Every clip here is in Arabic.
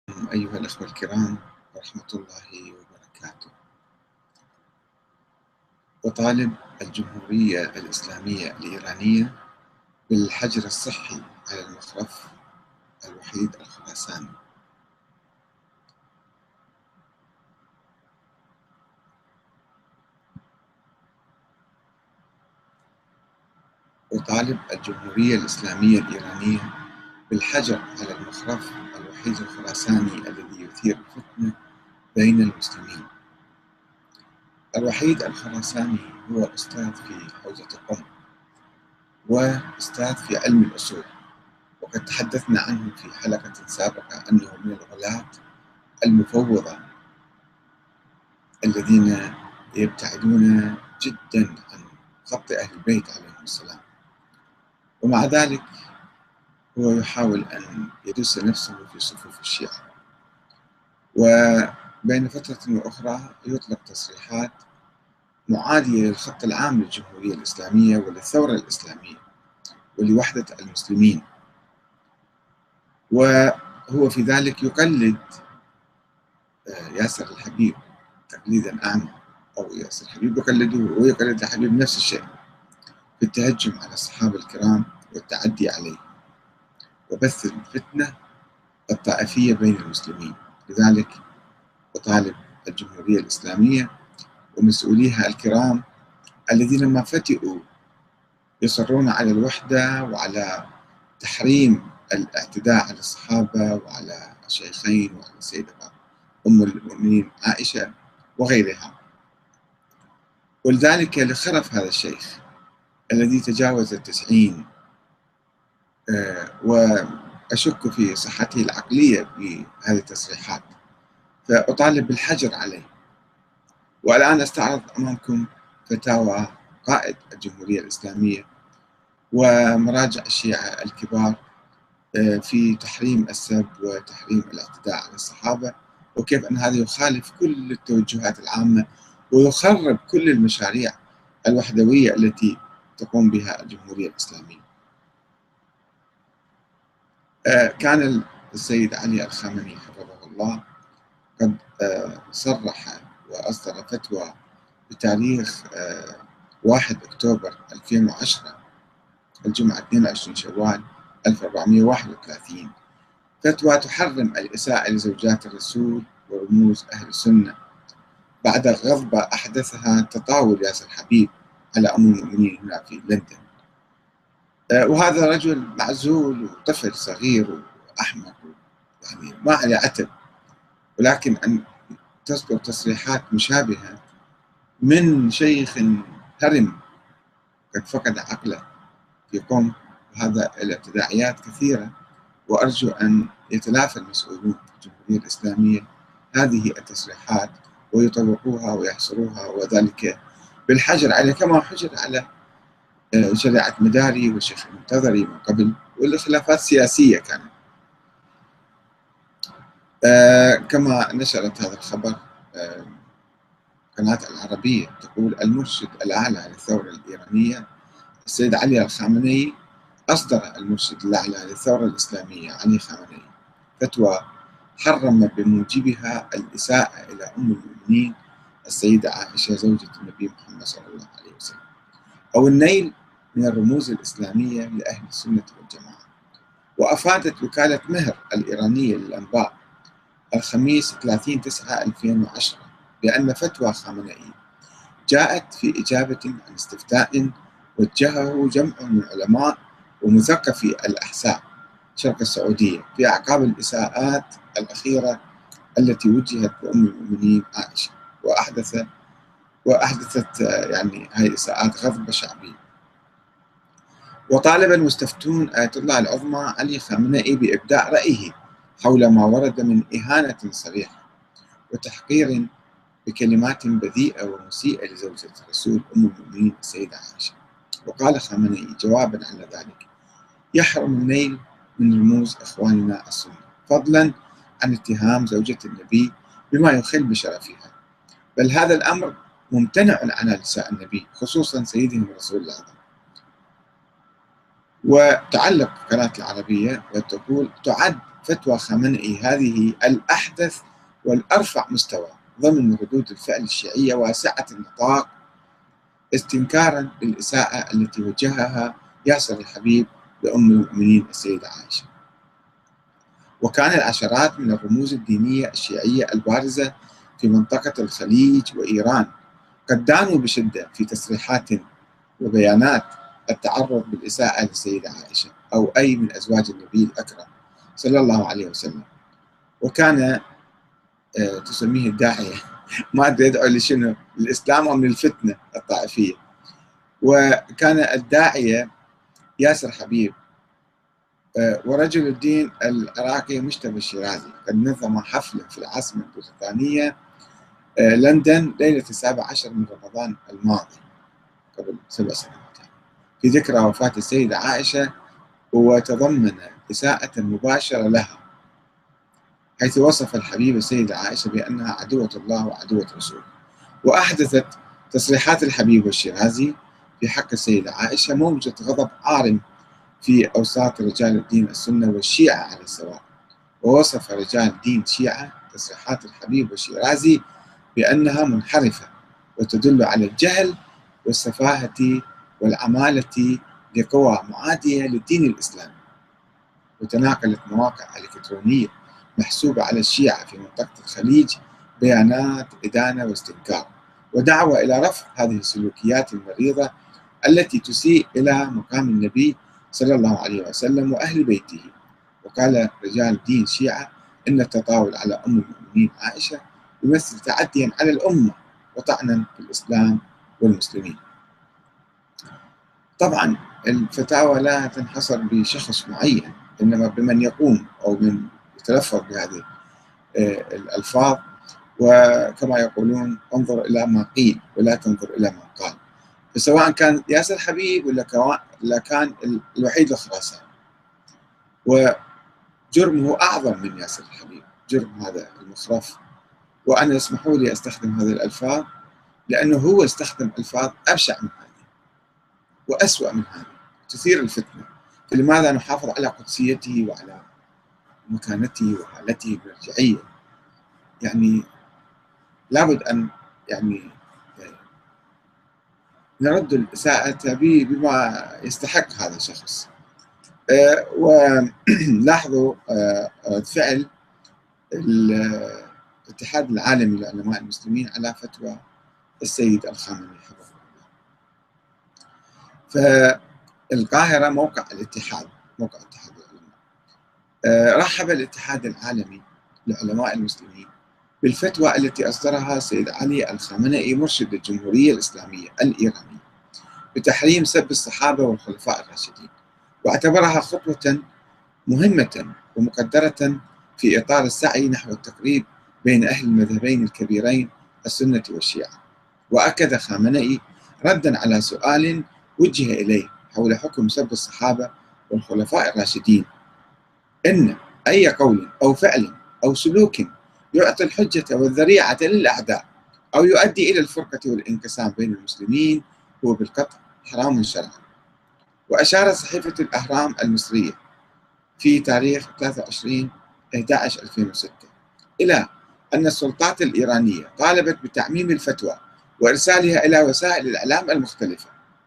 أيها الأخوة الكرام ورحمة الله وبركاته. وطالب الجمهورية الإسلامية الإيرانية بالحجر الصحي على المخرف الوحيد الخراساني. وطالب الجمهورية الإسلامية الإيرانية بالحجر على المخرف الوحيد الخراساني الذي يثير الفتنة بين المسلمين. الوحيد الخراساني هو أستاذ في حوزة قم وأستاذ في علم الأصول، وقد تحدثنا عنه في حلقة سابقة أنه من الغلاة المفوضة الذين يبتعدون جدا عن خط أهل البيت عليهم السلام، ومع ذلك هو يحاول أن يدس نفسه في صفوف الشيعة، وبين فترة وأخرى يطلق تصريحات معادية للخط العام للجمهورية الإسلامية وللثورة الإسلامية ولوحدة المسلمين، وهو في ذلك يقلد ياسر الحبيب تقليدا أعمى، أو ياسر الحبيب يقلده ويقلد الحبيب نفس الشيء في التهجم على الصحابة الكرام والتعدي عليه وبث الفتنة الطائفية بين المسلمين. لذلك أطالب الجمهورية الإسلامية ومسؤوليها الكرام الذين ما فتئوا يصرون على الوحدة وعلى تحريم الاعتداء على الصحابة وعلى الشيخين وعلى السيدة أم المؤمنين عائشة وغيرها، ولذلك لخرف هذا الشيخ الذي تجاوز 90 وأشك في صحته العقلية بهذه التصريحات، فأطالب بالحجر عليه. والآن أستعرض أمامكم فتاوى قائد الجمهورية الإسلامية ومراجع الشيعة الكبار في تحريم السب وتحريم الاعتداء على الصحابة، وكيف أن هذا يخالف كل التوجهات العامة ويخرب كل المشاريع الوحدوية التي تقوم بها الجمهورية الإسلامية. كان السيد علي الخامنئي حفظه الله قد صرح وأصدر فتوى بتاريخ 1 أكتوبر 2010 الجمعة 22 شوال 1431 فتوى تحرم الإساءة لزوجات الرسول ورموز أهل السنة بعد غضبة أحدثها تطاول ياسر حبيب على أم المؤمنين هنا في لندن. وهذا رجل معزول وطفل صغير وأحمق، يعني ما عليه عتب، ولكن أن تصدر تصريحات مشابهة من شيخ هرم قد فقد عقله في قم، وهذا الاعتداءات كثيرة، وأرجو أن يتلافى المسؤولون في الجمهورية الإسلامية هذه التصريحات ويطوقوها ويحصروها، وذلك بالحجر عليه كما حجر على شريعة مداري والشيخ المنتظري من قبل، والخلافات سياسية كانت. كما نشرت هذا الخبر قناة العربية تقول المرشد الأعلى للثورة الإيرانية السيد علي الخامنئي أصدر المرشد الأعلى للثورة الإسلامية علي خامنئي فتوى حرم بموجبها الإساءة إلى أم المؤمنين السيدة عائشة زوجة النبي محمد صلى الله عليه وسلم، أو النيل من الرموز الإسلامية لأهل السنة والجماعة. وأفادت وكالة مهر الإيرانية للأنباء الخميس 30/9/2010 بأن فتوى خامنئي جاءت في إجابة عن استفتاء وجهه جمع من علماء ومثقفي الأحساء شرق السعودية في أعقاب الإساءات الأخيرة التي وجهت بأم المؤمنين عائشة، وأحدثت يعني هذه الإساءات غضب شعبي. وطالب المستفتون آية الله العظمى علي خامنئي بإبداء رأيه حول ما ورد من إهانة صريحة وتحقير بكلمات بذيئة ومسيئة لزوجة الرسول أم المؤمنين السيدة عائشة. وقال خامنئي جوابا على ذلك: يحرم النيل من رموز إخواننا السنة، فضلا عن اتهام زوجة النبي بما يخل بشرفها، بل هذا الأمر ممتنع على نساء النبي خصوصا سيدهم الرسول الأعظم. وتعلق قناة العربية وتقول: تعد فتوى خامنئي هذه الأحدث والأرفع مستوى ضمن ردود الفعل الشيعية واسعة النطاق، استنكارا للإساءة التي وجهها ياسر الحبيب لأم المؤمنين السيدة عائشة. وكان العشرات من الرموز الدينية الشيعية البارزة في منطقة الخليج وإيران قد دانوا بشدة في تصريحات وبيانات التعرض بالإساءة للسيدة عائشة أو أي من أزواج النبي الأكرم صلى الله عليه وسلم. وكان تسميه الداعية ما أدري يدعو لشنو، للإسلام أو من الفتنة الطائفية. وكان الداعية ياسر حبيب ورجل الدين العراقي مجتبى الشيرازي قد نظم حفلا في العاصمة البريطانية لندن ليلة 17 من رمضان الماضي قبل 7 سنوات في ذكرى وفاة السيدة عائشة، وتضمن إساءة مباشرة لها، حيث وصف الحبيب السيدة عائشة بأنها عدوة الله وعدوة رسوله. وأحدثت تصريحات الحبيب والشيرازي في حق السيدة عائشة موجة غضب عارم في أوساط رجال الدين السنة والشيعة على السواء. ووصف رجال دين الشيعة تصريحات الحبيب والشيرازي بأنها منحرفة وتدل على الجهل والسفاهة والعمالة لقوى معادية للدين الإسلامي. وتناقلت مواقع إلكترونية محسوبة على الشيعة في منطقة الخليج بيانات إدانة واستنكار ودعوة إلى رفض هذه السلوكيات المريضة التي تسيء إلى مقام النبي صلى الله عليه وسلم وأهل بيته. وقال رجال دين الشيعة إن التطاول على أم المؤمنين عائشة يمثل تعديا على الأمة وطعنا في الإسلام والمسلمين. طبعا الفتاوى لا تنحصر بشخص معين، إنما بمن يقوم أو من يتلفظ بهذه الألفاظ، وكما يقولون انظر إلى ما قيل ولا تنظر إلى ما قال. فسواء كان ياسر حبيب ولا كان الوحيد الخراساني، وجرمه أعظم من ياسر الحبيب، جرم هذا المخرف. وأنا اسمحوا لي أستخدم هذه الألفاظ لأنه هو استخدم ألفاظ أبشع من هذه وأسوأ من هذه تثير الفتنة. فلماذا نحافظ على قدسيته وعلى مكانته وحالته المرجعية؟ يعني لابد أن نرد الإساءة بما يستحق هذا الشخص. ولاحظوا رد فعل الاتحاد العالمي للعلماء المسلمين على فتوى السيد الخامنئي حفظه الله. فالقاهرة موقع اتحاد العلماء. رحب الاتحاد العالمي للعلماء المسلمين بالفتوى التي أصدرها السيد علي الخامنئي مرشد الجمهورية الإسلامية الإيرانية بتحريم سب الصحابة والخلفاء الراشدين، واعتبرها خطوة مهمة ومقدرة في إطار السعي نحو التقريب بين أهل المذهبين الكبيرين السنة والشيعة. وأكد خامنئي ردا على سؤال وجه إليه حول حكم سب الصحابة والخلفاء الراشدين إن أي قول أو فعل أو سلوك يعطي الحجة والذريعة للأعداء أو يؤدي إلى الفرقة والانقسام بين المسلمين هو بالقطع حرام شرعا. وأشار صحيفة الأهرام المصرية في تاريخ 23/11/2006 إلى أن السلطات الإيرانية طالبت بتعميم الفتوى وإرسالها إلى وسائل الإعلام المختلفة.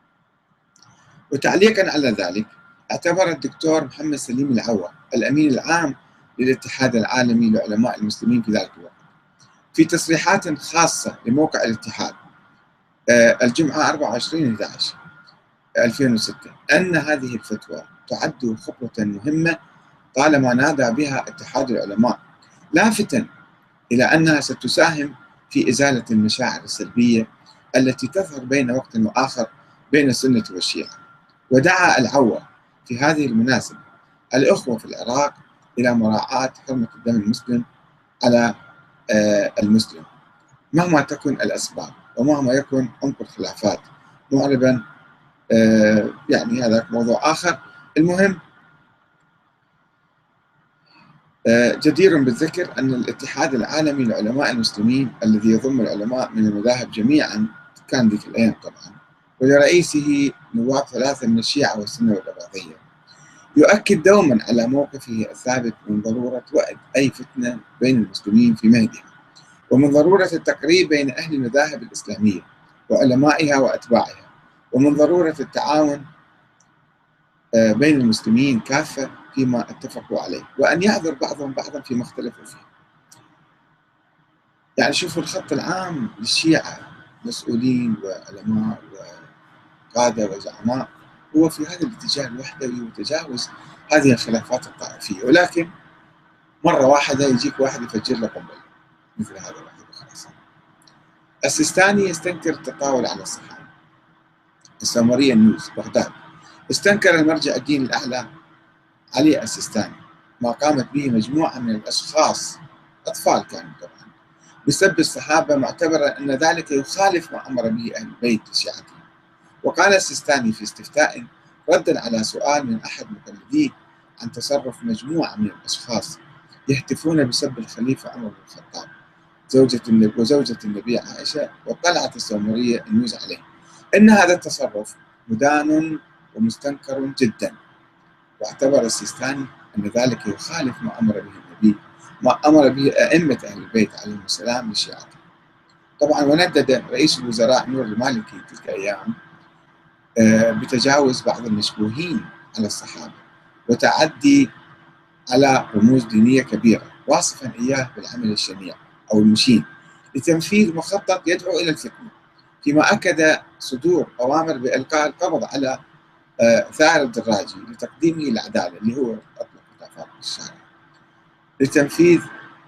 وتعليقا على ذلك، اعتبر الدكتور محمد سليم العوا الأمين العام للاتحاد العالمي لعلماء المسلمين في ذلك الوقت في تصريحات خاصة لموقع الاتحاد الجمعة 24/11/2006 أن هذه الفتوى تعد خطوة مهمة طالما نادى بها اتحاد العلماء، لافتا إلى أنها ستساهم في إزالة المشاعر السلبية التي تظهر بين وقت وآخر بين السنة والشيعة. ودعا العوا في هذه المناسبة الأخوة في العراق إلى مراعاة حرمة الدم المسلم على المسلم مهما تكن الأسباب ومهما يكن عمق الخلافات، معربا يعني هذا موضوع آخر. المهم جدير بالذكر أن الاتحاد العالمي لعلماء المسلمين الذي يضم العلماء من المذاهب جميعا كان ذيك الأيام طبعا، ولرئيسه نواب 3 من الشيعة والسنة والرافضية، يؤكد دوما على موقفه الثابت من ضرورة وقت أي فتنة بين المسلمين في مهدها، ومن ضرورة التقريب بين أهل المذاهب الإسلامية وعلمائها وأتباعها، ومن ضرورة التعاون بين المسلمين كافة فيما اتفقوا عليه، وأن يعذر بعضهم بعضا فيما اختلفوا فيه. يعني شوفوا الخط العام للشيعة، مسؤولين وعلماء وقادة وزعماء، هو في هذا الاتجاه الوحدوي وتجاوز هذه الخلافات الطائفية. ولكن مرة واحدة يجيك واحد يفجر له قنبلة مثل هذا الواحد وخلاص. السيستاني يستنكر التطاول على الصحابة. السامرية نيوز بغداد: استنكر المرجع الديني الأعلى علي السيستاني ما قامت به مجموعة من الأشخاص، أطفال كانوا طبعا، بسب الصحابة، معتبرا أن ذلك يخالف ما أمر به أهل البيت لشيعتهم. وقال السيستاني في استفتاء ردا على سؤال من أحد مقلديه عن تصرف مجموعة من الأشخاص يهتفون بسب الخليفة عمر بن الخطاب وزوجة النبي عائشة، واطلعت السامرية النيوز عليه إن هذا التصرف مدان ومستنكر جدا. واعتبر السيستاني أن ذلك يخالف ما أمر به النبي، ما أمر به أئمة أهل البيت عليهم السلام لشيعته. طبعا وندد رئيس الوزراء نور المالكي تلك الأيام بتجاوز بعض المشبوهين على الصحابة وتعدي على رموز دينية كبيرة، واصفا إياه بالعمل الشنيع أو المشين لتنفيذ مخطط يدعو إلى الفتنة، فيما أكد صدور أوامر بإلقاء القبض على ثائر الدراجي لتقديمه العدالة، اللي هو أطلق مكافأة الشارع، لتنفيذ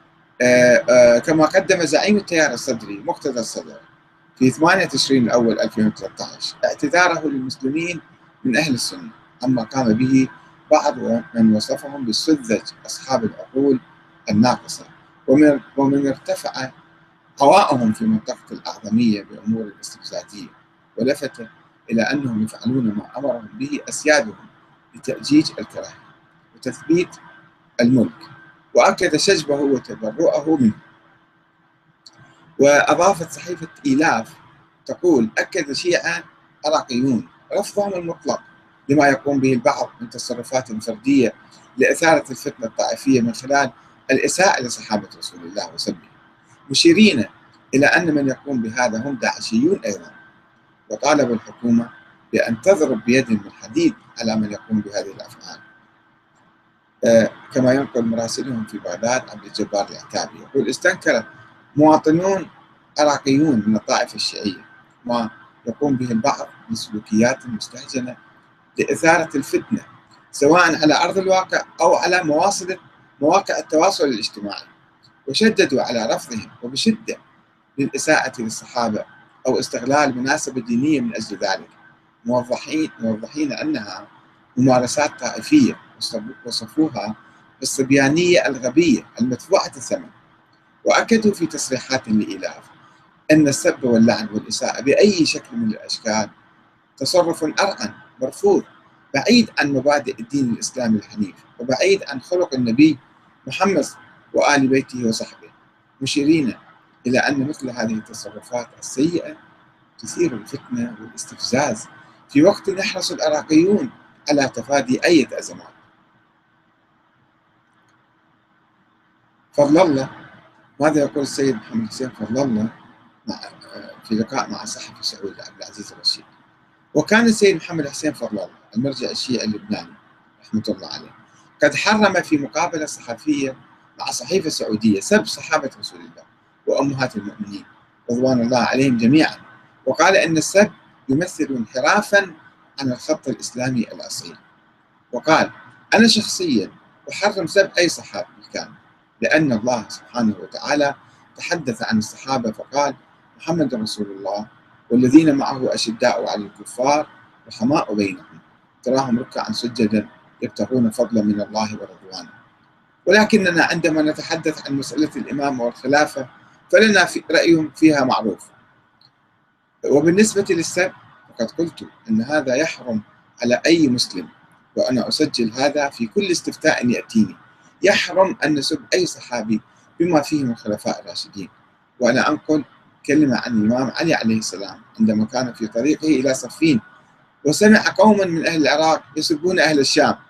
كما قدم زعيم التيار الصدري مقتدى الصدر في 8 تشرين الأول 2013 اعتذاره للمسلمين من أهل السنة عما قام به بعض من وصفهم بالسذج أصحاب العقول الناقصة، ومن ارتفع هواءهم في منطقة الأعظمية بأمور الاستفزازية، ولفت إلى أنهم يفعلون ما أمرهم به أسيادهم لتأجيج الكراهية وتثبيت الملك، وأكد شجبه وتبرؤه منه. وأضافت صحيفة إيلاف تقول: أكد شيعة عراقيون رفضهم المطلق لما يقوم به البعض من تصرفات فردية لإثارة الفتنة الطائفية من خلال الإساءة لصحابة رسول الله وسبهم، مشيرين إلى أن من يقوم بهذا هم داعشيون أيضا، وطالبوا الحكومة بأن تضرب بيد من حديد على من يقوم بهذه الأفعال. كما ينقل مراسلهم في بغداد عبد الجبار العتابي يقول: استنكر مواطنون عراقيون من الطائفة الشيعية ما يقوم به البعض من سلوكيات مستهجنة لإثارة الفتنة سواء على أرض الواقع أو على مواقع التواصل الاجتماعي، وشددوا على رفضهم وبشدة للإساءة للصحابة أو استغلال مناسبة دينية من أجل ذلك، موضحين أنها ممارسات طائفية، وصفوها بالصبيانية الغبية المدفوعة الثمن. وأكدوا في تصريحات لإيلاف أن السب واللعن والإساءة بأي شكل من الأشكال تصرف أرعن مرفوض، بعيد عن مبادئ الدين الإسلامي الحنيف، وبعيد عن خلق النبي محمد وآل بيته وصحبه، مشيرين إلى أن مثل هذه التصرفات السيئة تثير الفتنة والاستفزاز في وقت يحرص العراقيون على تفادي أي أزمات. فضل الله، ماذا يقول السيد محمد حسين فضل الله في لقاء مع الصحفي سعودي عبد العزيز الرشيد؟ وكان السيد محمد حسين فضل الله المرجع الشيعي اللبناني رحمة الله عليه قد حرم في مقابلة صحفية مع صحيفة سعودية سب صحابة رسول الله وأمهات المؤمنين رضوان الله عليهم جميعا، وقال إن السب يمثل انحرافا عن الخط الإسلامي الأصيل، وقال: أنا شخصيا أحرم سب أي صحابي كان، لأن الله سبحانه وتعالى تحدث عن الصحابة فقال: محمد رسول الله والذين معه أشداء على الكفار رحماء بينهم تراهم ركعا سجدا يبتغون فضلا من الله ورضوانه. ولكننا عندما نتحدث عن مسألة الإمامة والخلافة فلنا رأي فيها معروف. وبالنسبة للسب فقد قلت أن هذا يحرم على أي مسلم، وأنا أسجل هذا في كل استفتاء يأتيني، يحرم أن نسب أي صحابي بما فيهم الخلفاء الراشدين. وأنا أنقل كلمة عن الإمام علي عليه السلام عندما كان في طريقه إلى صفين وسمع قوما من أهل العراق يسبون أهل الشام،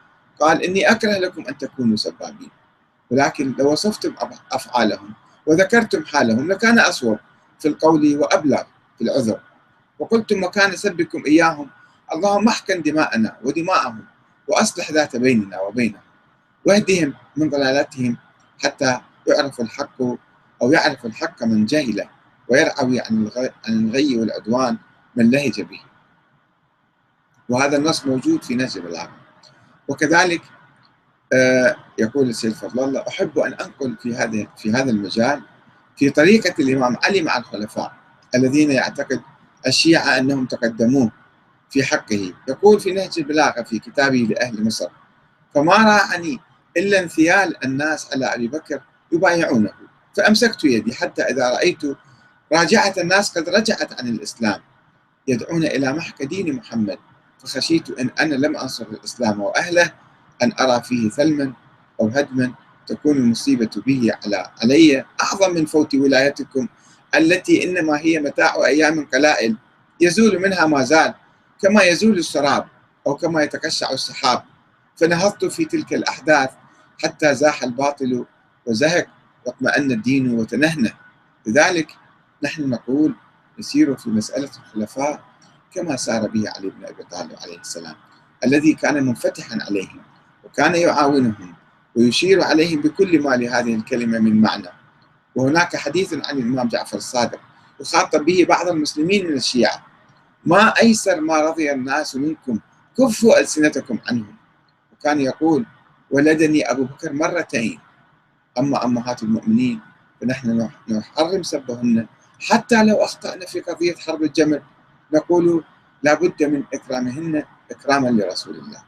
قال إني أكره لكم أن تكونوا سبابين، ولكن لو وصفتم أفعالهم وذكرتم حالهم لكان أصوب في القول وأبلغ في العذر، وقلتم مكان سبكم إياهم اللهم احقن دماءنا ودماءهم وأصلح ذات بيننا وبينهم واهدهم من ضلالتهم حتى يعرف الحق أو يعرف الحق من جهله ويرعوي عن الغي والعدوان من لهج به. وهذا النص موجود في نهج البلاغة. وكذلك يقول السيد فضل الله: أحب أن أنقل في هذا المجال في طريقة الإمام علي مع الخلفاء الذين يعتقد الشيعة أنهم تقدموه في حقه. يقول في نهج البلاغة في كتابه لأهل مصر: فما راعني إلا انثيال الناس على أبي بكر يبايعونه، فأمسكت يدي حتى إذا رأيت راجعة الناس قد رجعت عن الإسلام يدعون إلى محك دين محمد، فخشيت إن أنا لم أنصر الإسلام وأهله أن أرى فيه ثلما أو هدما تكون المصيبة به علي أعظم من فوت ولايتكم التي إنما هي متاع أيام قلائل يزول منها ما زال كما يزول السراب أو كما يتقشع السحاب. فنهضت في تلك الأحداث حتى زاح الباطل وزهق واطمأن الدين وتنهنه. لذلك نحن نقول نسير في مسألة الخلفاء كما سار به علي بن أبي طالب عليه السلام، الذي كان منفتحا عليهم وكان يعاونهم ويشير عليهم بكل ما لهذه الكلمة من معنى. وهناك حديث عن الإمام جعفر الصادق يخاطب به بعض المسلمين من الشيعة: ما أيسر ما رضي الناس منكم كفوا ألسنتكم عنهم. وكان يقول: ولدني أبو بكر مرتين، أما أمهات المؤمنين فنحن نحرم سبهن حتى لو أخطأنا في قضية حرب الجمل نقول لا بد من إكرامهن إكراما لرسول الله.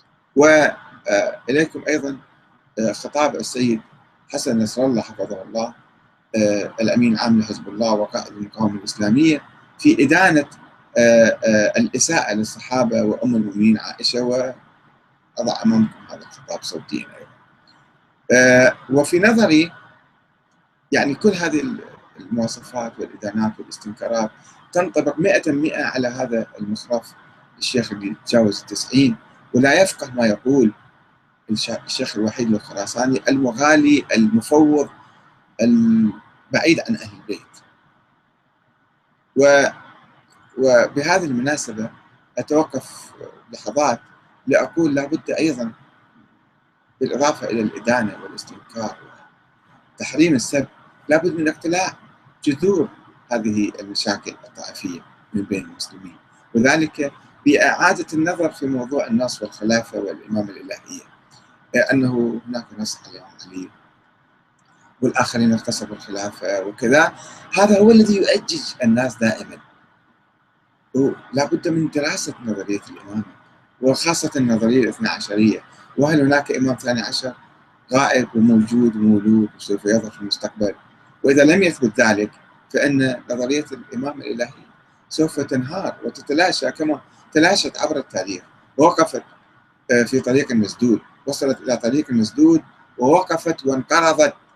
وإليكم أيضا خطاب السيد حسن نصر الله حفظه الله الأمين العام لحزب الله وقائد المقاومة الإسلامية في إدانة الإساءة للصحابة وأم المؤمنين عائشة، وأضع أمامكم هذا الخطاب صوتيا أيضا. وفي نظري يعني كل هذه المواصفات والإدانات والاستنكارات تنطبق 100% على هذا المصرف الشيخ اللي تجاوز 90 ولا يفقه ما يقول، الشيخ الوحيد الخراساني المغالي المفوض البعيد عن أهل البيت. وبهذه المناسبة أتوقف لحظات لأقول لابد أيضا بالإضافة إلى الإدانة والاستنكار وتحريم السب لابد من اقتلاع جذور هذه المشاكل الطائفية من بين المسلمين، وذلك بإعادة النظر في موضوع النص والخلافة والإمامة الإلهية، أنه هناك نص على علي والآخرين اغتصبوا الخلافة وكذا. هذا هو الذي يؤجج الناس دائما، ولا بد من دراسة نظرية الإمامة وخاصة النظرية الاثنى عشرية، وهل هناك إمام ثاني عشر غائب وموجود ومولود وسوف يظهر في المستقبل؟ وإذا لم يثبت ذلك فإن نظرية الإمامة الإلهية سوف تنهار وتتلاشى كما تلاشت عبر التاريخ ووقفت في طريق مسدود، وصلت إلى طريق مسدود ووقفت وانقرضت